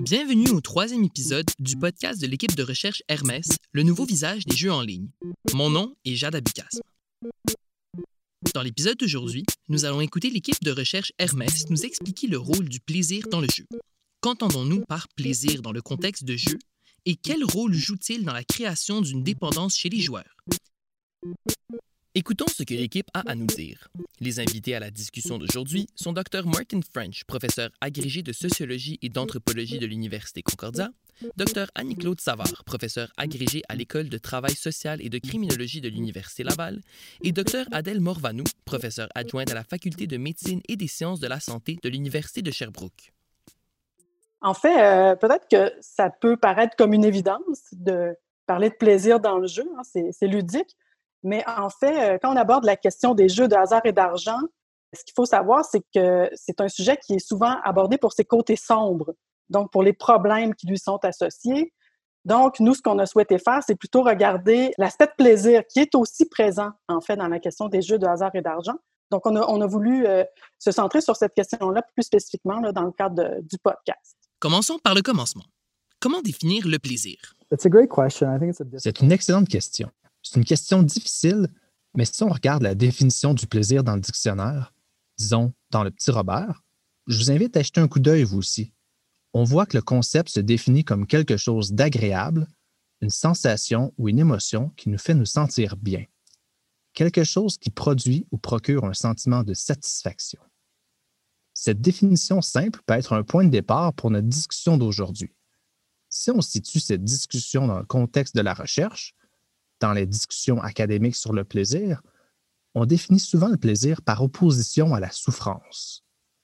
Bienvenue au troisième épisode du podcast de l'équipe de recherche Hermès, le nouveau visage des jeux en ligne. Mon nom est Jade Abicasme. Dans l'épisode d'aujourd'hui, nous allons écouter l'équipe de recherche Hermès nous expliquer le rôle du plaisir dans le jeu. Qu'entendons-nous par plaisir dans le contexte de jeu et quel rôle joue-t-il dans la création d'une dépendance chez les joueurs? Écoutons ce que l'équipe a à nous dire. Les invités à la discussion d'aujourd'hui sont Dr Martin French, professeur agrégé de sociologie et d'anthropologie de l'Université Concordia, Dr Annie-Claude Savard, professeur agrégé à l'École de travail social et de criminologie de l'Université Laval, et Dr Adèle Morvanou, professeure adjointe à la Faculté de médecine et des sciences de la santé de l'Université de Sherbrooke. En fait, peut-être que ça peut paraître comme une évidence de parler de plaisir dans le jeu, hein, c'est ludique, mais en fait, quand on aborde la question des jeux de hasard et d'argent, ce qu'il faut savoir, c'est que c'est un sujet qui est souvent abordé pour ses côtés sombres, donc pour les problèmes qui lui sont associés. Donc, nous, ce qu'on a souhaité faire, c'est plutôt regarder l'aspect de plaisir qui est aussi présent, en fait, dans la question des jeux de hasard et d'argent. Donc, on a voulu se centrer sur cette question-là plus spécifiquement là, dans le cadre du podcast. Commençons par le commencement. Comment définir le plaisir? C'est une excellente question. C'est une question difficile, mais si on regarde la définition du plaisir dans le dictionnaire, disons dans le Petit Robert, je vous invite à jeter un coup d'œil vous aussi. On voit que le concept se définit comme quelque chose d'agréable, une sensation ou une émotion qui nous fait nous sentir bien. Quelque chose qui produit ou procure un sentiment de satisfaction. Cette définition simple peut être un point de départ pour notre discussion d'aujourd'hui. Si on situe cette discussion dans le contexte de la recherche, dans les discussions académiques sur le plaisir, on définit souvent le plaisir par opposition à la souffrance.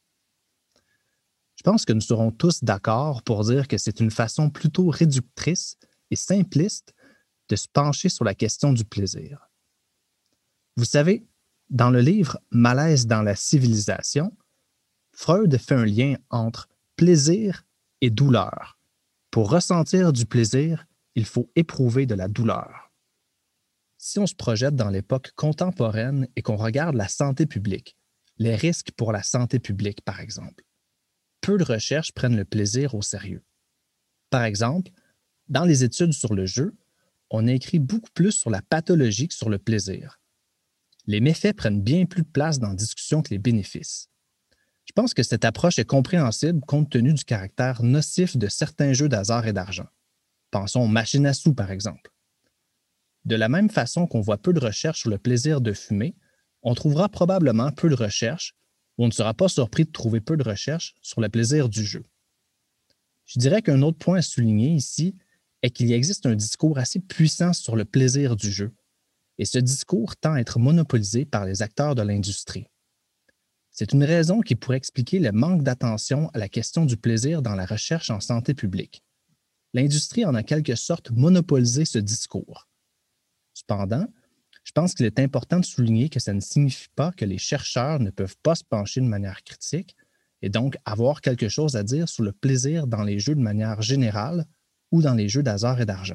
Je pense que nous serons tous d'accord pour dire que c'est une façon plutôt réductrice et simpliste de se pencher sur la question du plaisir. Vous savez, dans le livre « Malaise dans la civilisation », Freud fait un lien entre plaisir et douleur. Pour ressentir du plaisir, il faut éprouver de la douleur. Si on se projette dans l'époque contemporaine et qu'on regarde la santé publique, les risques pour la santé publique, par exemple, peu de recherches prennent le plaisir au sérieux. Par exemple, dans les études sur le jeu, on a écrit beaucoup plus sur la pathologie que sur le plaisir. Les méfaits prennent bien plus de place dans la discussion que les bénéfices. Je pense que cette approche est compréhensible compte tenu du caractère nocif de certains jeux d'hasard et d'argent. Pensons aux machines à sous, par exemple. De la même façon qu'on voit peu de recherches sur le plaisir de fumer, on trouvera probablement peu de recherches, ou on ne sera pas surpris de trouver peu de recherches sur le plaisir du jeu. Je dirais qu'un autre point à souligner ici est qu'il existe un discours assez puissant sur le plaisir du jeu, et ce discours tend à être monopolisé par les acteurs de l'industrie. C'est une raison qui pourrait expliquer le manque d'attention à la question du plaisir dans la recherche en santé publique. L'industrie en a quelque sorte monopolisé ce discours. Cependant, je pense qu'il est important de souligner que ça ne signifie pas que les chercheurs ne peuvent pas se pencher de manière critique et donc avoir quelque chose à dire sur le plaisir dans les jeux de manière générale ou dans les jeux d'hasard et d'argent.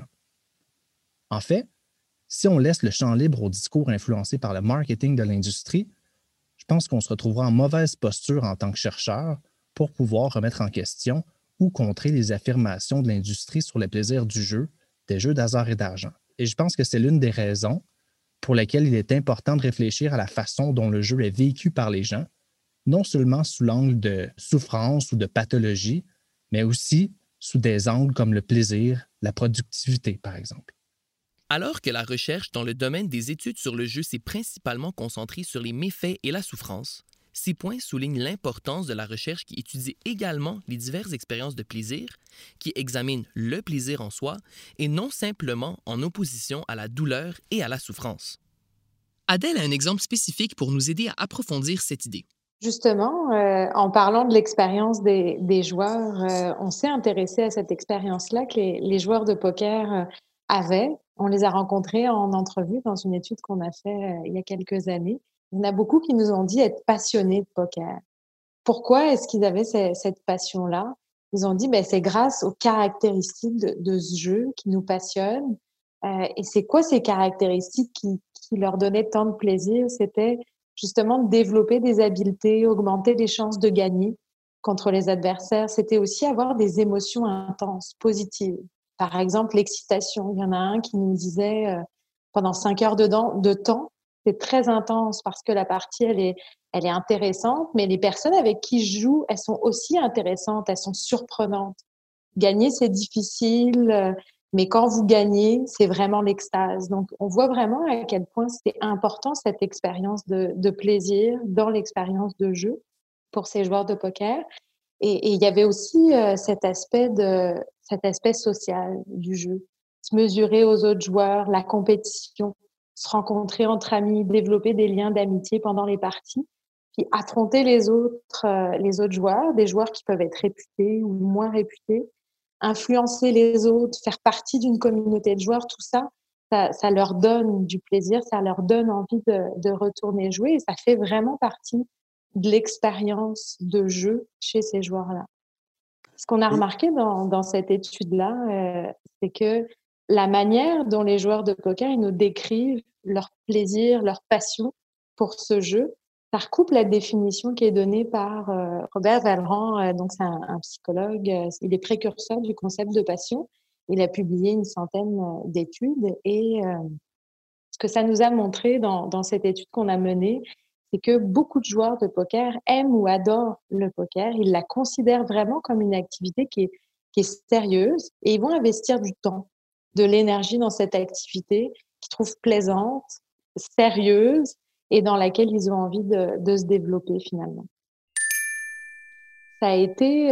En fait, si on laisse le champ libre au discours influencé par le marketing de l'industrie, je pense qu'on se retrouvera en mauvaise posture en tant que chercheur pour pouvoir remettre en question ou contrer les affirmations de l'industrie sur le plaisir du jeu, des jeux d'hasard et d'argent. Et je pense que c'est l'une des raisons pour lesquelles il est important de réfléchir à la façon dont le jeu est vécu par les gens, non seulement sous l'angle de souffrance ou de pathologie, mais aussi sous des angles comme le plaisir, la productivité, par exemple. Alors que la recherche dans le domaine des études sur le jeu s'est principalement concentrée sur les méfaits et la souffrance, ces points soulignent l'importance de la recherche qui étudie également les diverses expériences de plaisir, qui examine le plaisir en soi et non simplement en opposition à la douleur et à la souffrance. Adèle a un exemple spécifique pour nous aider à approfondir cette idée. Justement, en parlant de l'expérience des joueurs, on s'est intéressé à cette expérience-là que les joueurs de poker avaient. On les a rencontrés en entrevue dans une étude qu'on a fait il y a quelques années. Il y en a beaucoup qui nous ont dit être passionnés de poker. Pourquoi est-ce qu'ils avaient cette passion-là? Ils ont dit c'est grâce aux caractéristiques de ce jeu qui nous passionne. Et c'est quoi ces caractéristiques qui leur donnaient tant de plaisir? C'était justement de développer des habiletés, augmenter les chances de gagner, contre les adversaires, c'était aussi avoir des émotions intenses, positives. Par exemple, l'excitation. Il y en a un qui nous disait pendant 5 heures de temps, c'est très intense parce que la partie, elle est intéressante, mais les personnes avec qui je joue, elles sont aussi intéressantes, elles sont surprenantes. Gagner, c'est difficile, mais quand vous gagnez, c'est vraiment l'extase. Donc, on voit vraiment à quel point c'est important cette expérience de plaisir dans l'expérience de jeu pour ces joueurs de poker. Et il y avait aussi cet aspect social du jeu. Se mesurer aux autres joueurs, la compétition, se rencontrer entre amis, développer des liens d'amitié pendant les parties, puis affronter les autres joueurs, des joueurs qui peuvent être réputés ou moins réputés, influencer les autres, faire partie d'une communauté de joueurs, tout ça, ça leur donne du plaisir, ça leur donne envie de retourner jouer et ça fait vraiment partie de l'expérience de jeu chez ces joueurs-là. Ce qu'on a remarqué dans cette étude-là, c'est que la manière dont les joueurs de poker ils nous décrivent leur plaisir, leur passion pour ce jeu, ça recoupe la définition qui est donnée par Robert Vallerand, donc c'est un psychologue, il est précurseur du concept de passion. Il a publié une centaine d'études et ce que ça nous a montré dans cette étude qu'on a menée, c'est que beaucoup de joueurs de poker aiment ou adorent le poker. Ils la considèrent vraiment comme une activité qui est sérieuse et ils vont investir du temps, de l'énergie dans cette activité qu'ils trouvent plaisante, sérieuse et dans laquelle ils ont envie de se développer finalement. Ça a été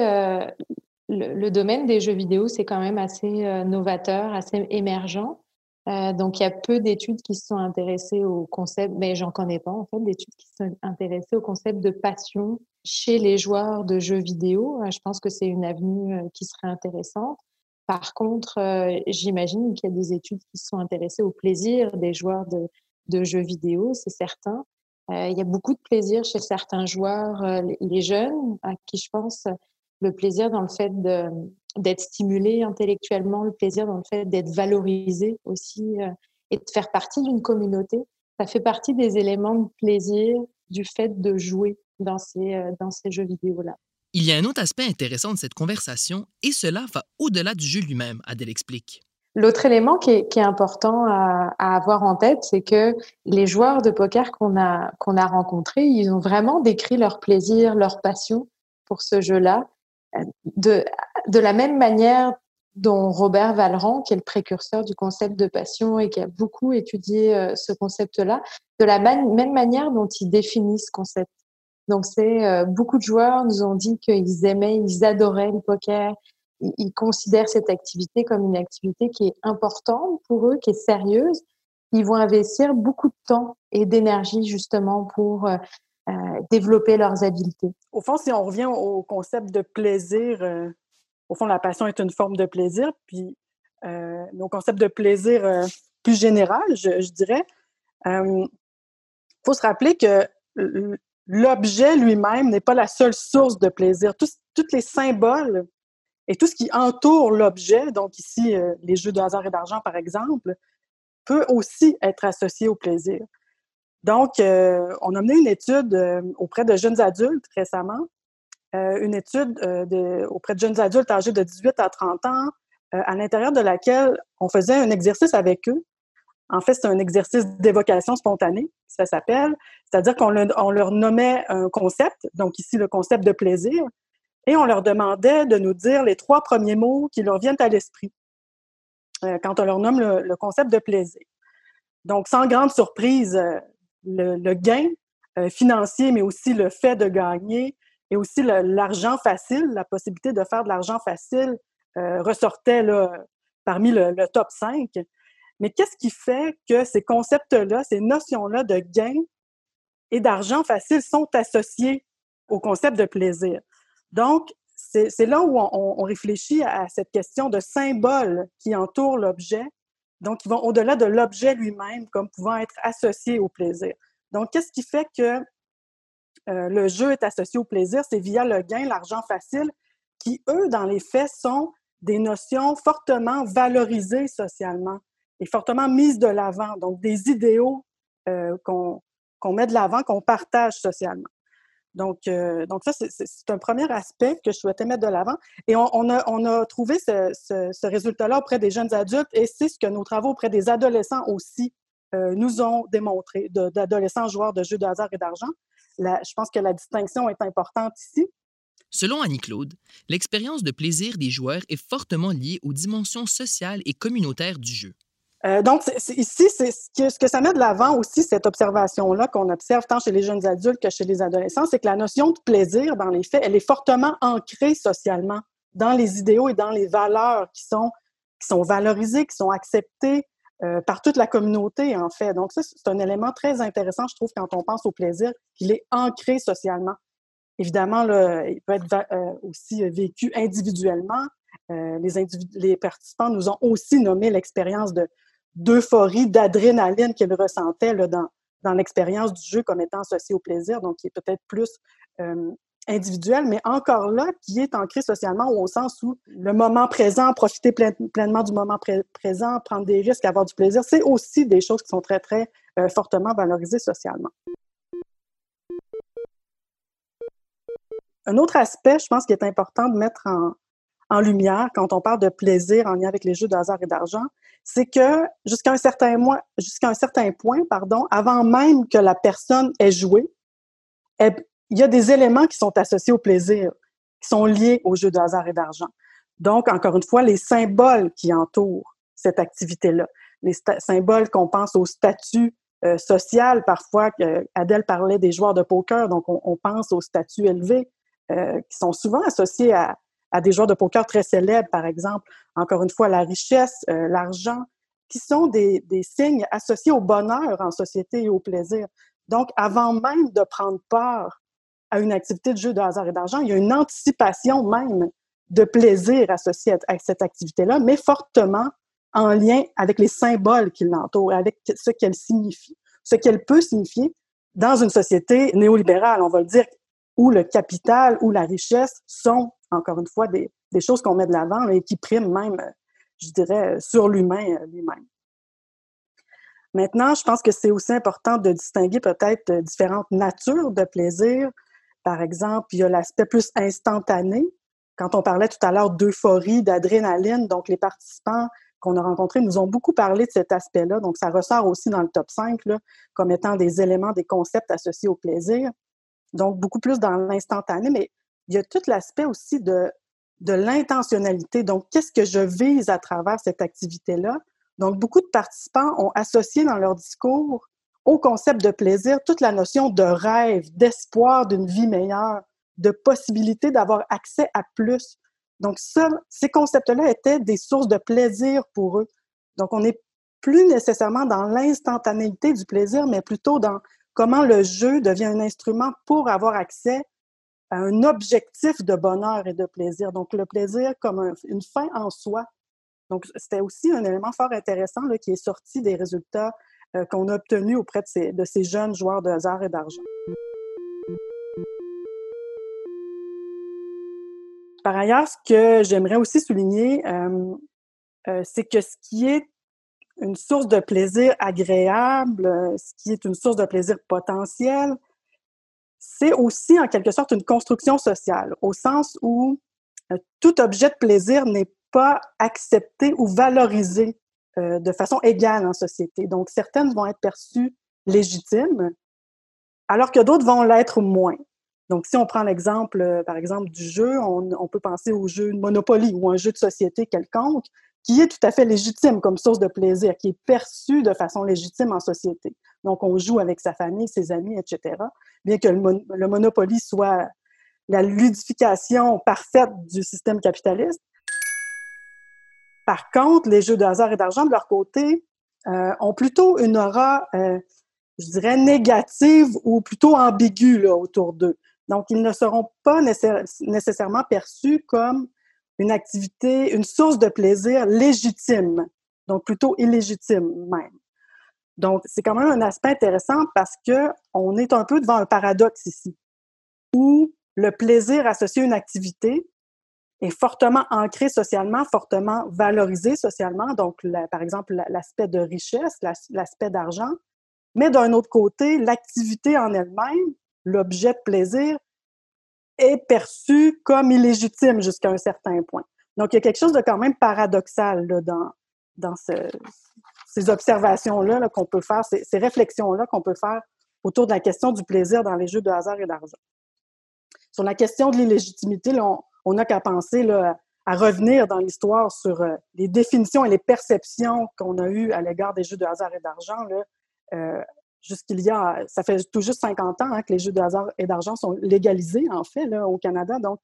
le domaine des jeux vidéo, c'est quand même assez novateur, assez émergent. Donc, il y a peu d'études qui se sont intéressées au concept, mais j'en connais pas en fait, d'études qui se sont intéressées au concept de passion chez les joueurs de jeux vidéo. Je pense que c'est une avenue qui serait intéressante. Par contre, j'imagine qu'il y a des études qui se sont intéressées au plaisir des joueurs de jeux vidéo, c'est certain. Il y a beaucoup de plaisir chez certains joueurs, les jeunes, à qui je pense le plaisir dans le fait d'être stimulé intellectuellement, le plaisir dans le fait d'être valorisé aussi et de faire partie d'une communauté. Ça fait partie des éléments de plaisir du fait de jouer dans ces jeux vidéo-là. Il y a un autre aspect intéressant de cette conversation et cela va au-delà du jeu lui-même, Adèle explique. L'autre élément qui est important à avoir en tête, c'est que les joueurs de poker qu'on a rencontrés, ils ont vraiment décrit leur plaisir, leur passion pour ce jeu-là, de la même manière dont Robert Vallerand, qui est le précurseur du concept de passion et qui a beaucoup étudié ce concept-là, de la même manière dont il définit ce concept. Donc, beaucoup de joueurs nous ont dit qu'ils aimaient, ils adoraient le poker. Ils considèrent cette activité comme une activité qui est importante pour eux, qui est sérieuse. Ils vont investir beaucoup de temps et d'énergie justement pour développer leurs habiletés. Au fond, si on revient au concept de plaisir, au fond, la passion est une forme de plaisir, puis au concept de plaisir plus général, je dirais, faut se rappeler que l'objet lui-même n'est pas la seule source de plaisir. Tous les symboles et tout ce qui entoure l'objet, donc ici, les jeux de hasard et d'argent, par exemple, peut aussi être associé au plaisir. Donc, on a mené une étude auprès de jeunes adultes récemment, une étude auprès de jeunes adultes âgés de 18 à 30 ans, à l'intérieur de laquelle on faisait un exercice avec eux. En fait, c'est un exercice d'évocation spontanée, ça s'appelle. C'est-à-dire qu'on leur nommait un concept, donc ici le concept de plaisir, et on leur demandait de nous dire les 3 premiers mots qui leur viennent à l'esprit quand on leur nomme le concept de plaisir. Donc, sans grande surprise, le gain financier, mais aussi le fait de gagner et aussi l'argent facile, la possibilité de faire de l'argent facile ressortait là, parmi le top 5. Mais qu'est-ce qui fait que ces concepts-là, ces notions-là de gain et d'argent facile sont associés au concept de plaisir? Donc, c'est là où on réfléchit à cette question de symboles qui entourent l'objet, donc qui vont au-delà de l'objet lui-même comme pouvant être associés au plaisir. Donc, qu'est-ce qui fait que le jeu est associé au plaisir? C'est via le gain, l'argent facile, qui, eux, dans les faits, sont des notions fortement valorisées socialement et fortement mises de l'avant, donc des idéaux qu'on met de l'avant, qu'on partage socialement. Donc ça, c'est un premier aspect que je souhaitais mettre de l'avant. Et on a trouvé ce résultat-là auprès des jeunes adultes, et c'est ce que nos travaux auprès des adolescents aussi nous ont démontré, d'adolescents joueurs de jeux de hasard et d'argent. Je pense que la distinction est importante ici. Selon Annie-Claude, l'expérience de plaisir des joueurs est fortement liée aux dimensions sociales et communautaires du jeu. Donc, ici, c'est ce que ça met de l'avant aussi, cette observation-là qu'on observe tant chez les jeunes adultes que chez les adolescents, c'est que la notion de plaisir, dans les faits, elle est fortement ancrée socialement dans les idéaux et dans les valeurs qui sont valorisées, qui sont acceptées par toute la communauté, en fait. Donc, ça, c'est un élément très intéressant, je trouve, quand on pense au plaisir, qu'il est ancré socialement. Évidemment, là, il peut être aussi vécu individuellement. Les participants nous ont aussi nommé l'expérience d'euphorie, d'adrénaline qu'ils ressentaient là, dans l'expérience du jeu comme étant associée au plaisir, donc qui est peut-être plus individuel, mais encore là, qui est ancré socialement au sens où le moment présent, profiter pleinement du moment présent, prendre des risques, avoir du plaisir, c'est aussi des choses qui sont très, très fortement valorisées socialement. Un autre aspect, je pense, qui est important de mettre en lumière quand on parle de plaisir en lien avec les jeux de hasard et d'argent, c'est que jusqu'à un certain point, avant même que la personne ait joué, il y a des éléments qui sont associés au plaisir, qui sont liés aux jeux de hasard et d'argent. Donc, encore une fois, les symboles qui entourent cette activité-là, les symboles qu'on pense au statut social, parfois, Adèle parlait des joueurs de poker, donc on pense au statut élevé, qui sont souvent associés à des joueurs de poker très célèbres, par exemple. Encore une fois, la richesse, l'argent, qui sont des signes associés au bonheur en société et au plaisir. Donc, avant même de prendre part à une activité de jeu de hasard et d'argent, il y a une anticipation même de plaisir associée à cette activité-là, mais fortement en lien avec les symboles qui l'entourent, avec ce qu'elle signifie, ce qu'elle peut signifier dans une société néolibérale, on va le dire, où le capital ou la richesse sont, encore une fois, des choses qu'on met de l'avant et qui priment même, je dirais, sur l'humain lui-même. Maintenant, je pense que c'est aussi important de distinguer peut-être différentes natures de plaisir. Par exemple, il y a l'aspect plus instantané. Quand on parlait tout à l'heure d'euphorie, d'adrénaline, donc les participants qu'on a rencontrés nous ont beaucoup parlé de cet aspect-là. Donc, ça ressort aussi dans le top 5 là, comme étant des éléments, des concepts associés au plaisir. Donc, beaucoup plus dans l'instantané, mais il y a tout l'aspect aussi de l'intentionnalité. Donc, qu'est-ce que je vise à travers cette activité-là? Donc, beaucoup de participants ont associé dans leur discours au concept de plaisir toute la notion de rêve, d'espoir d'une vie meilleure, de possibilité d'avoir accès à plus. Donc, ces concepts-là étaient des sources de plaisir pour eux. Donc, on n'est plus nécessairement dans l'instantanéité du plaisir, mais plutôt dans comment le jeu devient un instrument pour avoir accès à un objectif de bonheur et de plaisir. Donc, le plaisir comme une fin en soi. Donc, c'était aussi un élément fort intéressant là, qui est sorti des résultats qu'on a obtenus auprès de ces jeunes joueurs de hasard et d'argent. Par ailleurs, ce que j'aimerais aussi souligner, c'est que ce qui est une source de plaisir agréable, ce qui est une source de plaisir potentiel, c'est aussi en quelque sorte une construction sociale, au sens où tout objet de plaisir n'est pas accepté ou valorisé de façon égale en société. Donc, certaines vont être perçues légitimes, alors que d'autres vont l'être moins. Donc, si on prend l'exemple, par exemple, du jeu, on peut penser au jeu de Monopoly ou un jeu de société quelconque, qui est tout à fait légitime comme source de plaisir, qui est perçu de façon légitime en société. Donc, on joue avec sa famille, ses amis, etc. Bien que le Monopoly soit la ludification parfaite du système capitaliste. Par contre, les jeux de hasard et d'argent, de leur côté, ont plutôt une aura, je dirais, négative ou plutôt ambiguë là, autour d'eux. Donc, ils ne seront pas nécessairement perçus comme une activité, une source de plaisir légitime, donc plutôt illégitime même. Donc, c'est quand même un aspect intéressant parce qu'on est un peu devant un paradoxe ici, où le plaisir associé à une activité est fortement ancré socialement, fortement valorisé socialement, donc par exemple l'aspect de richesse, l'aspect d'argent, mais d'un autre côté, l'activité en elle-même, l'objet de plaisir, est perçu comme illégitime jusqu'à un certain point. Donc, il y a quelque chose de quand même paradoxal là, dans ces observations-là là, qu'on peut faire, ces réflexions-là qu'on peut faire autour de la question du plaisir dans les jeux de hasard et d'argent. Sur la question de l'illégitimité, là, on n'a qu'à penser là, à revenir dans l'histoire sur les définitions et les perceptions qu'on a eues à l'égard des jeux de hasard et d'argent. Ça fait tout juste 50 ans que les jeux de hasard et d'argent sont légalisés, en fait, là, au Canada. Donc,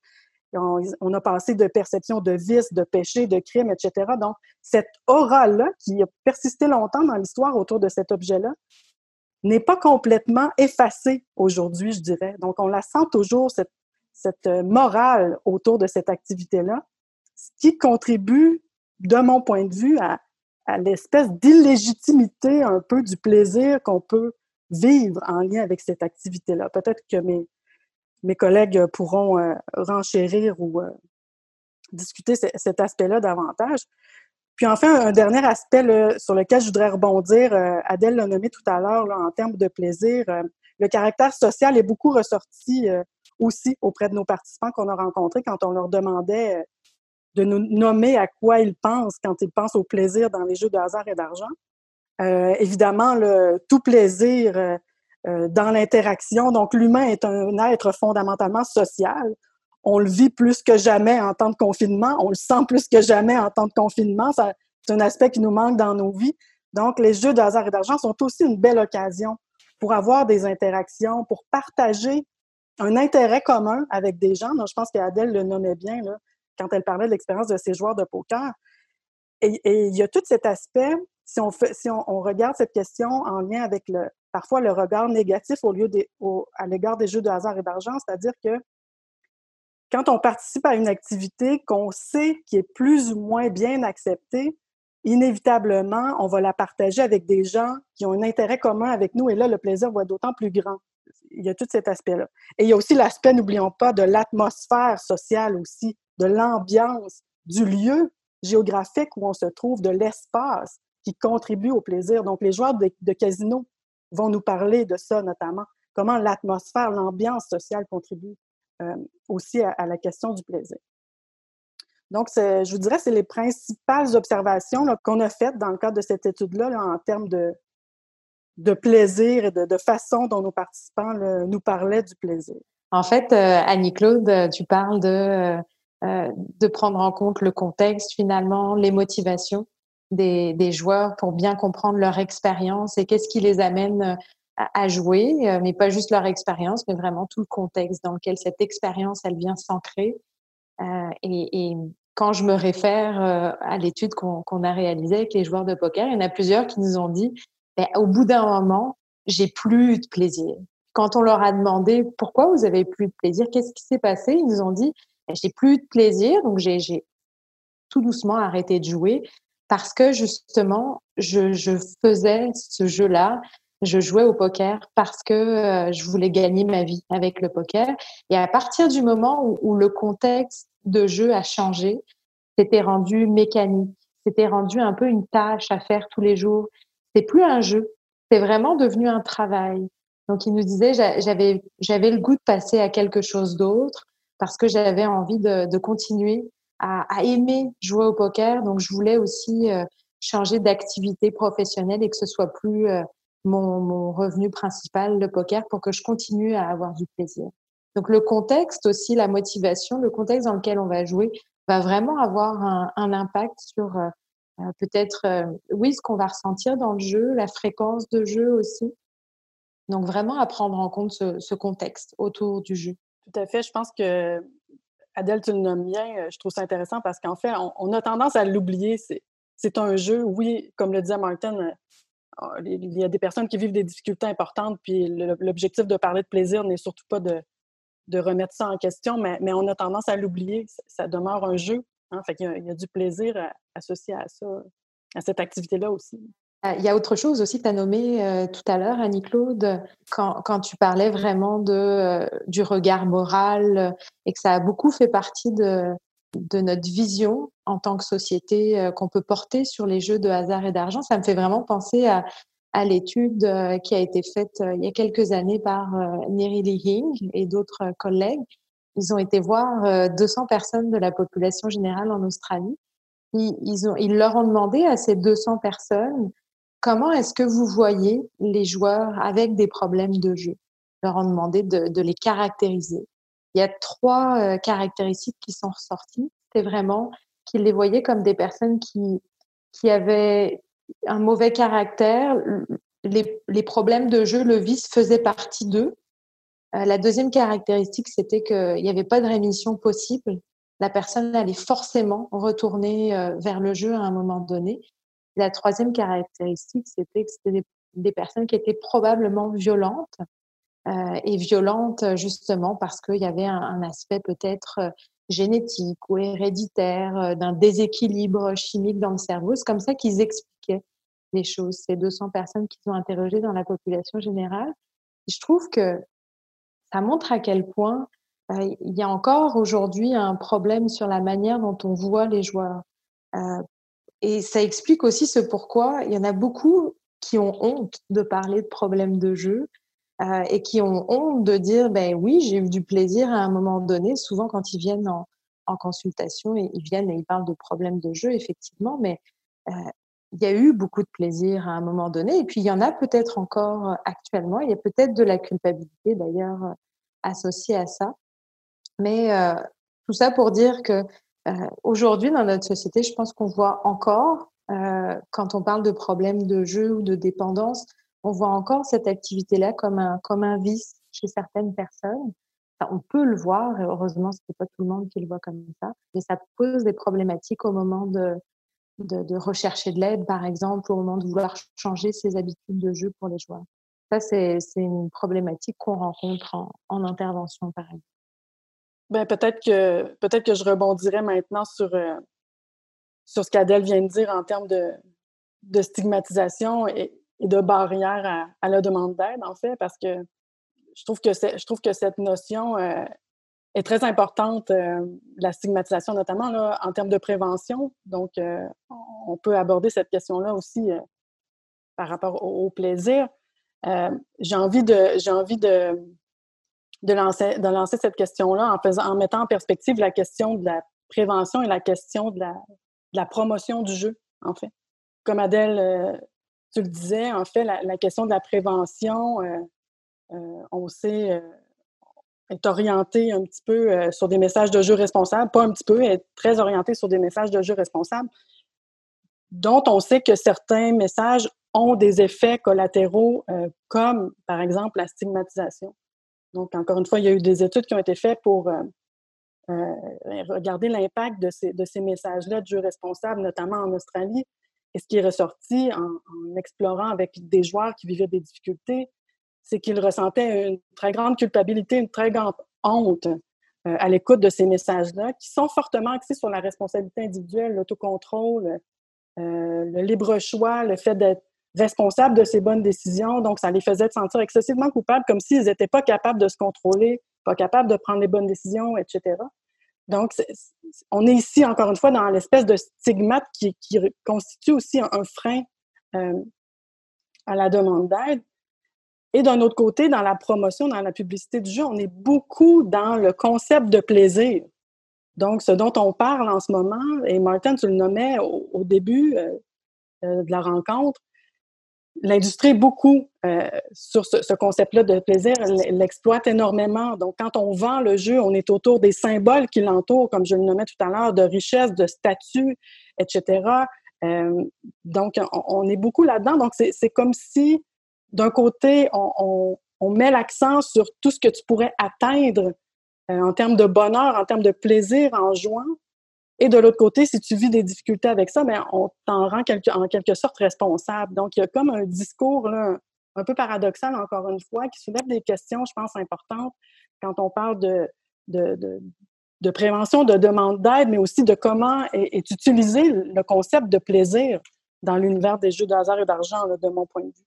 on a passé de perceptions de vices, de péchés, de crimes, etc. Donc, cette aura-là, qui a persisté longtemps dans l'histoire autour de cet objet-là, n'est pas complètement effacée aujourd'hui, je dirais. Donc, on la sent toujours, cette morale autour de cette activité-là, ce qui contribue, de mon point de vue, à l'espèce d'illégitimité un peu du plaisir qu'on peut vivre en lien avec cette activité-là. Peut-être que mes collègues pourront renchérir ou discuter cet aspect-là davantage. Puis enfin, un dernier aspect là, sur lequel je voudrais rebondir, Adèle l'a nommé tout à l'heure, là, en termes de plaisir, le caractère social est beaucoup ressorti aussi auprès de nos participants qu'on a rencontrés quand on leur demandait de nous nommer à quoi ils pensent quand ils pensent au plaisir dans les jeux de hasard et d'argent. Évidemment, tout plaisir dans l'interaction. Donc, l'humain est un être fondamentalement social. On le vit plus que jamais en temps de confinement. On le sent plus que jamais en temps de confinement. C'est un aspect qui nous manque dans nos vies. Donc, les jeux de hasard et d'argent sont aussi une belle occasion pour avoir des interactions, pour partager un intérêt commun avec des gens. Donc, je pense qu'Adèle le nommait bien là, quand elle parlait de l'expérience de ses joueurs de poker. Et il y a tout cet aspect, si on regarde cette question en lien avec parfois le regard négatif à l'égard des jeux de hasard et d'argent, c'est-à-dire que quand on participe à une activité qu'on sait qui est plus ou moins bien acceptée, inévitablement, on va la partager avec des gens qui ont un intérêt commun avec nous, et là, le plaisir va être d'autant plus grand. Il y a tout cet aspect-là. Et il y a aussi l'aspect, n'oublions pas, de l'atmosphère sociale aussi, de l'ambiance, du lieu géographique où on se trouve, de l'espace qui contribue au plaisir. Donc, les joueurs de casino vont nous parler de ça notamment, comment l'atmosphère, l'ambiance sociale contribue aussi à la question du plaisir. Donc, je vous dirais, c'est les principales observations là, qu'on a faites dans le cadre de cette étude-là là, en termes de plaisir et de façon dont nos participants là, nous parlaient du plaisir. En fait, Annie-Claude, tu parles de prendre en compte le contexte, finalement, les motivations des joueurs pour bien comprendre leur expérience et qu'est-ce qui les amène à jouer, mais pas juste leur expérience, mais vraiment tout le contexte dans lequel cette expérience, elle vient s'ancrer. Et quand je me réfère à l'étude qu'on a réalisée avec les joueurs de poker, il y en a plusieurs qui nous ont dit au bout d'un moment, j'ai plus de plaisir. Quand on leur a demandé pourquoi vous avez plus de plaisir, qu'est-ce qui s'est passé, ils nous ont dit j'ai plus de plaisir, donc j'ai tout doucement arrêté de jouer parce que justement je faisais ce jeu-là, je jouais au poker parce que je voulais gagner ma vie avec le poker. Et à partir du moment où le contexte de jeu a changé, c'était rendu mécanique, c'était rendu un peu une tâche à faire tous les jours. C'est plus un jeu, c'est vraiment devenu un travail. Donc, il nous disait, j'avais le goût de passer à quelque chose d'autre parce que j'avais envie de continuer à aimer jouer au poker. Donc, je voulais aussi changer d'activité professionnelle et que ce soit plus mon revenu principal, le poker, pour que je continue à avoir du plaisir. Donc, le contexte aussi, la motivation, le contexte dans lequel on va jouer va vraiment avoir un impact sur peut-être, oui, ce qu'on va ressentir dans le jeu, la fréquence de jeu aussi. Donc, vraiment à prendre en compte ce contexte autour du jeu. Tout à fait. Je pense que, Adèle, tu le nommes bien. Je trouve ça intéressant parce qu'en fait, on a tendance à l'oublier. C'est un jeu. Oui, comme le disait Martin, il y a des personnes qui vivent des difficultés importantes, puis l'objectif de parler de plaisir n'est surtout pas de remettre ça en question, mais on a tendance à l'oublier. Ça demeure un jeu. Hein? Fait qu'il y a du plaisir associé à ça, à cette activité-là aussi. Il y a autre chose aussi, tu as nommé tout à l'heure, Annie-Claude, quand tu parlais vraiment du regard moral et que ça a beaucoup fait partie de notre vision en tant que société qu'on peut porter sur les jeux de hasard et d'argent. Ça me fait vraiment penser à l'étude qui a été faite il y a quelques années par Neri Lee Hing et d'autres collègues Ils ont été voir 200 personnes de la population générale en Australie. Ils leur ont demandé à ces 200 personnes comment est-ce que vous voyez les joueurs avec des problèmes de jeu. Ils leur ont demandé de les caractériser. Il y a 3 caractéristiques qui sont ressorties. C'était vraiment qu'ils les voyaient comme des personnes qui avaient un mauvais caractère. Les problèmes de jeu, le vice faisait partie d'eux. La deuxième caractéristique, c'était qu'il n'y avait pas de rémission possible. La personne allait forcément retourner vers le jeu à un moment donné. La troisième caractéristique, c'était que c'était des personnes qui étaient probablement violentes et violentes justement parce qu'il y avait un aspect peut-être génétique ou héréditaire, d'un déséquilibre chimique dans le cerveau. C'est comme ça qu'ils expliquaient les choses, ces 200 personnes qu'ils ont interrogées dans la population générale. Et je trouve que ça montre à quel point il y a encore aujourd'hui un problème sur la manière dont on voit les joueurs. Et ça explique aussi ce pourquoi il y en a beaucoup qui ont honte de parler de problèmes de jeu et qui ont honte de dire ben oui, j'ai eu du plaisir à un moment donné. Souvent, quand ils viennent en consultation, ils viennent et ils parlent de problèmes de jeu, effectivement, mais il y a eu beaucoup de plaisir à un moment donné. Et puis, il y en a peut-être encore actuellement. Il y a peut-être de la culpabilité, d'ailleurs, associée à ça. Mais tout ça pour dire que aujourd'hui, dans notre société, je pense qu'on voit encore, quand on parle de problèmes de jeu ou de dépendance, on voit encore cette activité-là comme un vice chez certaines personnes. Enfin, on peut le voir, et heureusement, ce n'est pas tout le monde qui le voit comme ça, mais ça pose des problématiques au moment de rechercher de l'aide, par exemple, au moment de vouloir changer ses habitudes de jeu pour les joueurs. Ça, c'est une problématique qu'on rencontre en intervention, par exemple. Ben, peut-être que je rebondirais maintenant sur ce qu'Adèle vient de dire en termes de stigmatisation et de barrière à la demande d'aide, en fait, parce que je trouve que cette notion est très importante, la stigmatisation notamment là, en termes de prévention. Donc, on peut aborder cette question-là aussi par rapport au plaisir. J'ai envie de lancer cette question-là en mettant en perspective la question de la prévention et la question de la promotion du jeu, en fait. Comme Adèle, tu le disais, en fait, la question de la prévention, on sait, est orientée un petit peu sur des messages de jeu responsables, pas un petit peu, est très orientée sur des messages de jeu responsables, dont on sait que certains messages ont des effets collatéraux, comme, par exemple, la stigmatisation. Donc, encore une fois, il y a eu des études qui ont été faites pour regarder l'impact de ces messages-là de jeu responsable, notamment en Australie. Et ce qui est ressorti en explorant avec des joueurs qui vivaient des difficultés, c'est qu'ils ressentaient une très grande culpabilité, une très grande honte à l'écoute de ces messages-là, qui sont fortement axés sur la responsabilité individuelle, l'autocontrôle, le libre choix, le fait d'être responsable de ses bonnes décisions. Donc, ça les faisait sentir excessivement coupables, comme s'ils n'étaient pas capables de se contrôler, pas capables de prendre les bonnes décisions, etc. Donc, on est ici, encore une fois, dans l'espèce de stigmate qui constitue aussi un frein à la demande d'aide. Et d'un autre côté, dans la promotion, dans la publicité du jeu, on est beaucoup dans le concept de plaisir. Donc, ce dont on parle en ce moment, et Martin, tu le nommais au début de la rencontre, l'industrie est beaucoup sur ce concept-là de plaisir, l'exploite énormément. Donc, quand on vend le jeu, on est autour des symboles qui l'entourent, comme je le nommais tout à l'heure, de richesse, de statut, etc. Donc, on est beaucoup là-dedans. Donc, c'est comme si, d'un côté, on met l'accent sur tout ce que tu pourrais atteindre en termes de bonheur, en termes de plaisir en jouant. Et de l'autre côté, si tu vis des difficultés avec ça, bien, on t'en rend en quelque sorte responsable. Donc, il y a comme un discours là, un peu paradoxal, encore une fois, qui soulève des questions, je pense, importantes quand on parle de prévention, de demande d'aide, mais aussi de comment est utilisé le concept de plaisir dans l'univers des jeux de hasard et d'argent, là, de mon point de vue.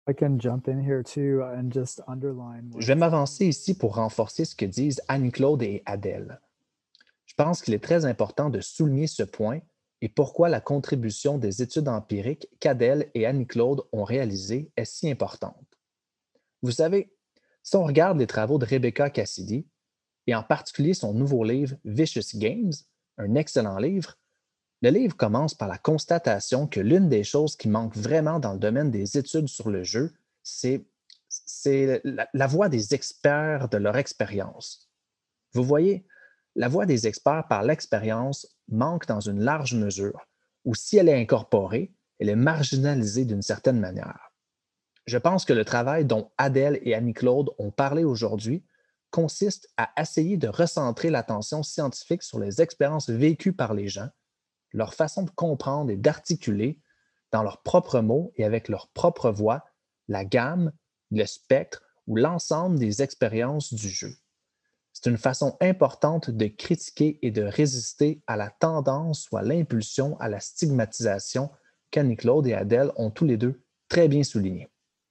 Je vais m'avancer ici pour renforcer ce que disent Annie-Claude et Adèle. Je pense qu'il est très important de souligner ce point et pourquoi la contribution des études empiriques qu'Adèle et Annie-Claude ont réalisées est si importante. Vous savez, si on regarde les travaux de Rebecca Cassidy, et en particulier son nouveau livre Vicious Games, un excellent livre. Le livre commence par la constatation que l'une des choses qui manque vraiment dans le domaine des études sur le jeu, c'est la voix des experts de leur expérience. Vous voyez, la voix des experts par l'expérience manque dans une large mesure, ou si elle est incorporée, elle est marginalisée d'une certaine manière. Je pense que le travail dont Adèle et Annie-Claude ont parlé aujourd'hui consiste à essayer de recentrer l'attention scientifique sur les expériences vécues par les gens, leur façon de comprendre et d'articuler, dans leurs propres mots et avec leur propre voix, la gamme, le spectre ou l'ensemble des expériences du jeu. C'est une façon importante de critiquer et de résister à la tendance ou à l'impulsion à la stigmatisation qu'Annie-Claude et Adèle ont tous les deux très bien souligné.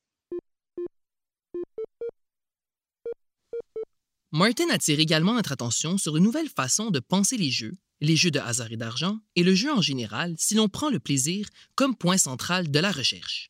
Martin attire également notre attention sur une nouvelle façon de penser les jeux de hasard et d'argent, et le jeu en général si l'on prend le plaisir comme point central de la recherche.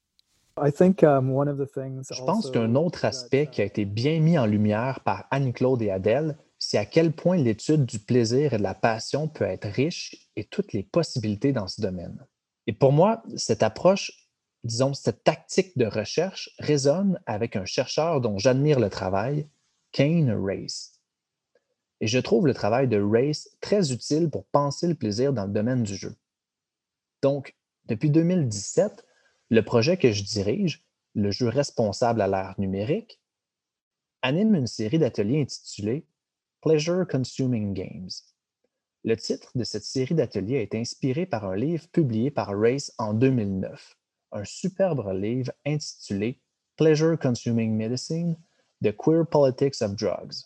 Je pense qu'un autre aspect qui a été bien mis en lumière par Annie-Claude et Adèle, c'est à quel point l'étude du plaisir et de la passion peut être riche et toutes les possibilités dans ce domaine. Et pour moi, cette approche, disons, cette tactique de recherche résonne avec un chercheur dont j'admire le travail, Kane Race. Et je trouve le travail de Race très utile pour penser le plaisir dans le domaine du jeu. Donc, depuis 2017, le projet que je dirige, le jeu responsable à l'ère numérique, anime une série d'ateliers intitulés Pleasure Consuming Games. Le titre de cette série d'ateliers a été inspiré par un livre publié par Race en 2009, un superbe livre intitulé Pleasure Consuming Medicine, The Queer Politics of Drugs.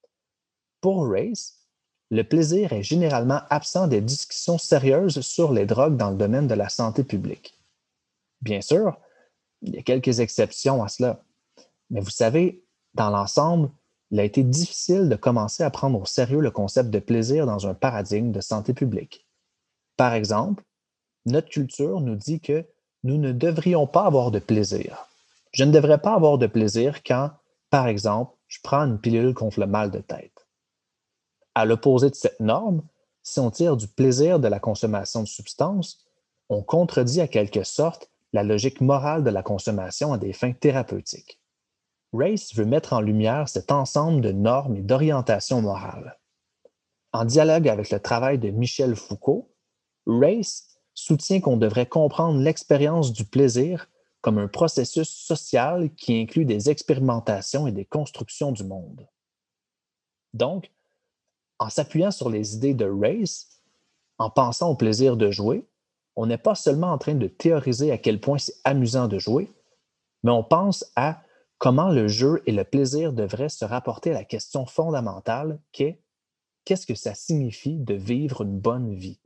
Pour Race, le plaisir est généralement absent des discussions sérieuses sur les drogues dans le domaine de la santé publique. Bien sûr, il y a quelques exceptions à cela, mais vous savez, dans l'ensemble, il a été difficile de commencer à prendre au sérieux le concept de plaisir dans un paradigme de santé publique. Par exemple, notre culture nous dit que nous ne devrions pas avoir de plaisir. Je ne devrais pas avoir de plaisir quand, par exemple, je prends une pilule contre le mal de tête. À l'opposé de cette norme, si on tire du plaisir de la consommation de substances, on contredit à quelque sorte la logique morale de la consommation à des fins thérapeutiques. Race veut mettre en lumière cet ensemble de normes et d'orientations morales. En dialogue avec le travail de Michel Foucault, Race soutient qu'on devrait comprendre l'expérience du plaisir comme un processus social qui inclut des expérimentations et des constructions du monde. Donc, en s'appuyant sur les idées de Race, en pensant au plaisir de jouer, on n'est pas seulement en train de théoriser à quel point c'est amusant de jouer, mais on pense à comment le jeu et le plaisir devraient se rapporter à la question fondamentale qu'est qu'est-ce que ça signifie de vivre une bonne vie?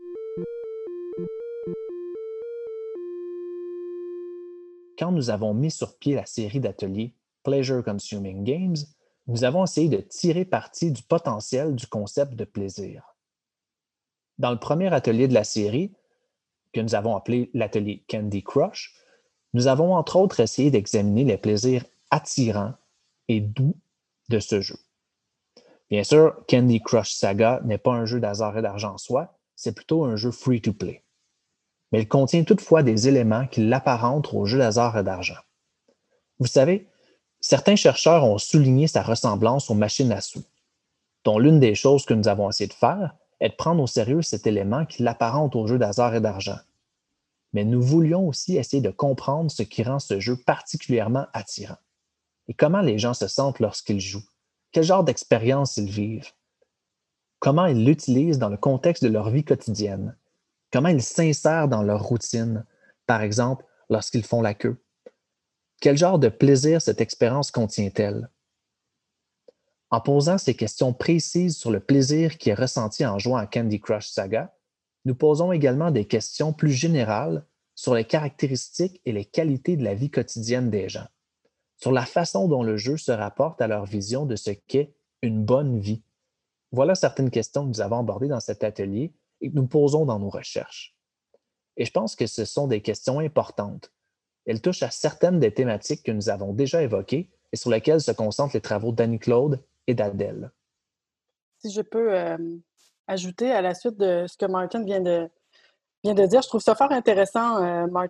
Quand nous avons mis sur pied la série d'ateliers Pleasure Consuming Games, nous avons essayé de tirer parti du potentiel du concept de plaisir. Dans le premier atelier de la série, que nous avons appelé l'atelier Candy Crush, nous avons entre autres essayé d'examiner les plaisirs attirants et doux de ce jeu. Bien sûr, Candy Crush Saga n'est pas un jeu d'hasard et d'argent en soi, c'est plutôt un jeu free-to-play. Mais il contient toutefois des éléments qui l'apparentent au jeu d'hasard et d'argent. Vous savez, certains chercheurs ont souligné sa ressemblance aux machines à sous, dont l'une des choses que nous avons essayé de faire est de prendre au sérieux cet élément qui l'apparente au jeu d'hasard et d'argent. Mais nous voulions aussi essayer de comprendre ce qui rend ce jeu particulièrement attirant. Et comment les gens se sentent lorsqu'ils jouent, quel genre d'expérience ils vivent, comment ils l'utilisent dans le contexte de leur vie quotidienne, comment ils s'insèrent dans leur routine, par exemple lorsqu'ils font la queue. Quel genre de plaisir cette expérience contient-elle? En posant ces questions précises sur le plaisir qui est ressenti en jouant à Candy Crush Saga, nous posons également des questions plus générales sur les caractéristiques et les qualités de la vie quotidienne des gens, sur la façon dont le jeu se rapporte à leur vision de ce qu'est une bonne vie. Voilà certaines questions que nous avons abordées dans cet atelier et que nous posons dans nos recherches. Et je pense que ce sont des questions importantes. Elles touchent à certaines des thématiques que nous avons déjà évoquées et sur lesquelles se concentrent les travaux d'Annie-Claude et d'Adèle. Si je peux ajouter à la suite de ce que Martin vient de dire, je trouve ça fort intéressant.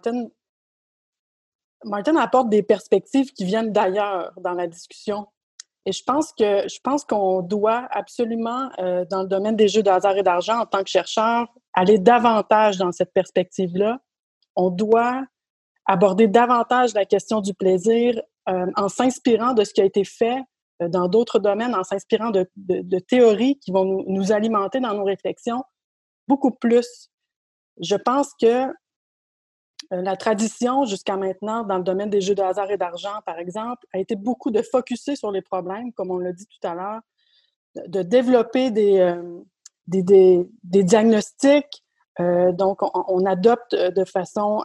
Martin apporte des perspectives qui viennent d'ailleurs dans la discussion. Et je pense qu'on doit absolument, dans le domaine des jeux de hasard et d'argent, en tant que chercheur, aller davantage dans cette perspective-là. On doit aborder davantage la question du plaisir en s'inspirant de ce qui a été fait dans d'autres domaines, en s'inspirant de théories qui vont nous alimenter dans nos réflexions beaucoup plus. Je pense que la tradition, jusqu'à maintenant, dans le domaine des jeux de hasard et d'argent, par exemple, a été beaucoup de focusser sur les problèmes, comme on l'a dit tout à l'heure, de développer des diagnostics. Donc, on adopte de façon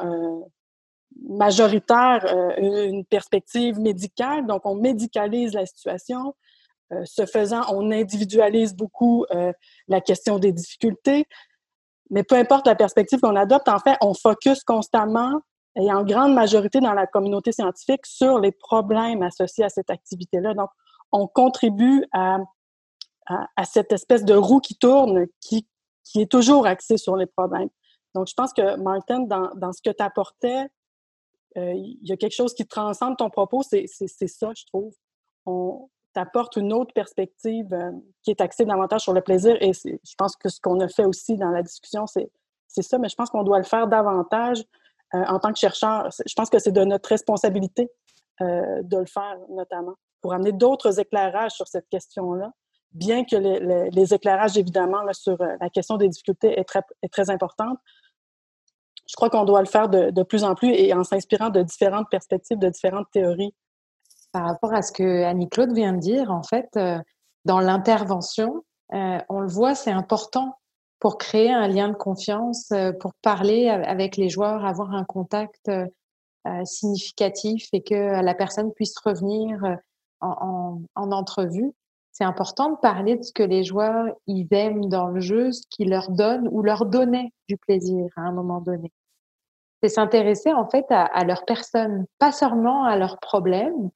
majoritaire une perspective médicale. Donc, on médicalise la situation. Ce faisant, on individualise beaucoup la question des difficultés. Mais peu importe la perspective qu'on adopte, en fait, on focus constamment et en grande majorité dans la communauté scientifique sur les problèmes associés à cette activité-là. Donc, on contribue à cette espèce de roue qui tourne, qui est toujours axée sur les problèmes. Donc, je pense que, Martin, dans ce que tu apportais, il y a quelque chose qui transcende ton propos, c'est ça, je trouve. On t'apporte une autre perspective qui est axée davantage sur le plaisir et je pense que ce qu'on a fait aussi dans la discussion, c'est ça, mais je pense qu'on doit le faire davantage en tant que chercheur. Je pense que c'est de notre responsabilité de le faire, notamment, pour amener d'autres éclairages sur cette question-là, bien que les éclairages, évidemment, là, sur la question des difficultés est très importante. Je crois qu'on doit le faire de plus en plus et en s'inspirant de différentes perspectives, de différentes théories. Par rapport à ce que Annie-Claude vient de dire, en fait, dans l'intervention, on le voit, c'est important pour créer un lien de confiance, pour parler avec les joueurs, avoir un contact significatif et que la personne puisse revenir en entrevue. C'est important de parler de ce que les joueurs ils aiment dans le jeu, ce qui leur donne ou leur donnait du plaisir à un moment donné. C'est s'intéresser en fait à leur personne, pas seulement à leurs problèmes.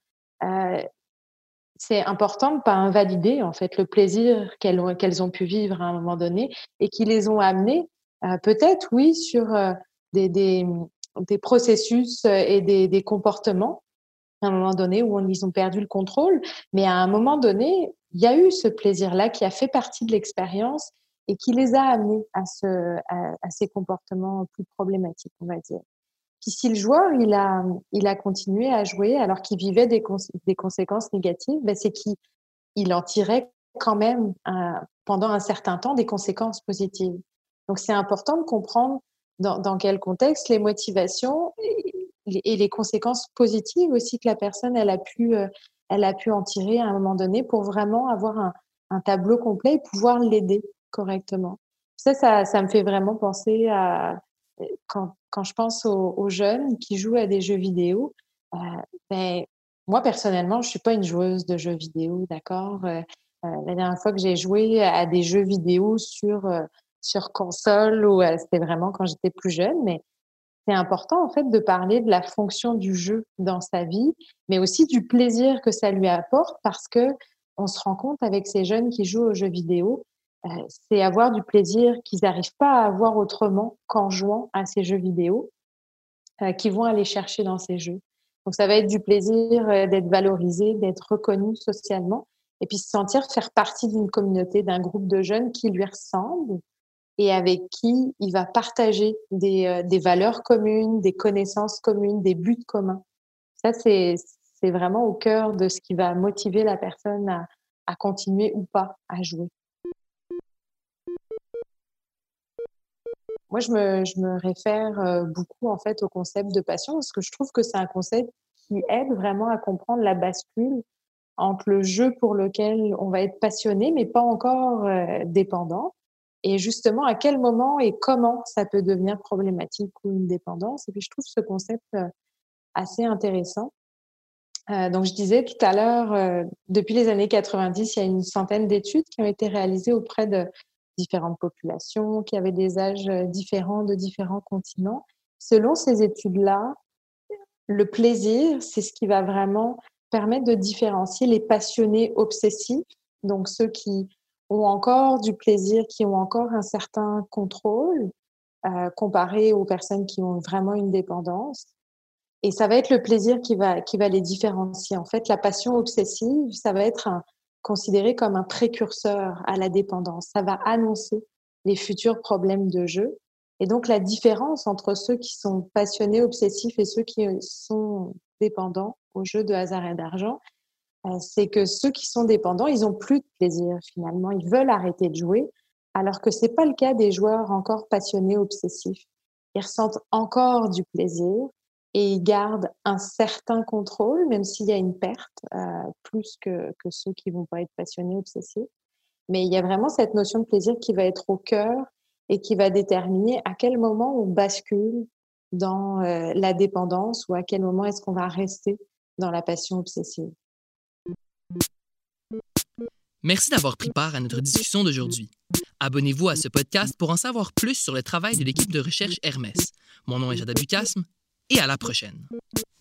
C'est important de ne pas invalider en fait le plaisir qu'elles ont pu vivre à un moment donné et qui les ont amenées peut-être oui sur des processus et des comportements à un moment donné où ils ont perdu le contrôle, mais à un moment donné il y a eu ce plaisir-là qui a fait partie de l'expérience et qui les a amenés à ces comportements plus problématiques, on va dire. Puis si le joueur il a continué à jouer alors qu'il vivait des conséquences négatives, ben c'est qu'il en tirait quand même pendant un certain temps des conséquences positives. Donc c'est important de comprendre dans quel contexte les motivations et les conséquences positives aussi que la personne elle a pu en tirer à un moment donné pour vraiment avoir un tableau complet et pouvoir l'aider correctement. Ça me fait vraiment penser à quand je pense aux jeunes qui jouent à des jeux vidéo, ben, moi, personnellement, je suis pas une joueuse de jeux vidéo, d'accord? La dernière fois que j'ai joué à des jeux vidéo sur console ou c'était vraiment quand j'étais plus jeune, mais c'est important, en fait, de parler de la fonction du jeu dans sa vie, mais aussi du plaisir que ça lui apporte parce que on se rend compte avec ces jeunes qui jouent aux jeux vidéo, c'est avoir du plaisir qu'ils n'arrivent pas à avoir autrement qu'en jouant à ces jeux vidéo, qu'ils vont aller chercher dans ces jeux. Donc, ça va être du plaisir d'être valorisé, d'être reconnu socialement et puis se sentir faire partie d'une communauté, d'un groupe de jeunes qui lui ressemblent et avec qui il va partager des valeurs communes, des connaissances communes, des buts communs. Ça, c'est vraiment au cœur de ce qui va motiver la personne à continuer ou pas à jouer. Moi, je me réfère beaucoup en fait au concept de passion parce que je trouve que c'est un concept qui aide vraiment à comprendre la bascule entre le jeu pour lequel on va être passionné mais pas encore dépendant et justement à quel moment et comment ça peut devenir problématique ou une dépendance. Et puis je trouve ce concept assez intéressant. Donc je disais tout à l'heure, depuis les années 90, il y a une centaine d'études qui ont été réalisées auprès de différentes populations, qui avaient des âges différents de différents continents. Selon ces études-là, le plaisir, c'est ce qui va vraiment permettre de différencier les passionnés obsessifs, donc ceux qui ont encore du plaisir, qui ont encore un certain contrôle, comparé aux personnes qui ont vraiment une dépendance. Et ça va être le plaisir qui va les différencier. En fait, la passion obsessive, ça va être considéré comme un précurseur à la dépendance. Ça va annoncer les futurs problèmes de jeu. Et donc, la différence entre ceux qui sont passionnés, obsessifs et ceux qui sont dépendants aux jeux de hasard et d'argent, c'est que ceux qui sont dépendants, ils ont plus de plaisir finalement. Ils veulent arrêter de jouer, alors que c'est pas le cas des joueurs encore passionnés, obsessifs. Ils ressentent encore du plaisir et ils gardent un certain contrôle, même s'il y a une perte, plus que ceux qui vont pas être passionnés, obsessifs. Mais il y a vraiment cette notion de plaisir qui va être au cœur et qui va déterminer à quel moment on bascule dans la dépendance ou à quel moment est-ce qu'on va rester dans la passion obsessive. Merci d'avoir pris part à notre discussion d'aujourd'hui. Abonnez-vous à ce podcast pour en savoir plus sur le travail de l'équipe de recherche Hermès. Mon nom est Jada Bucasme et à la prochaine.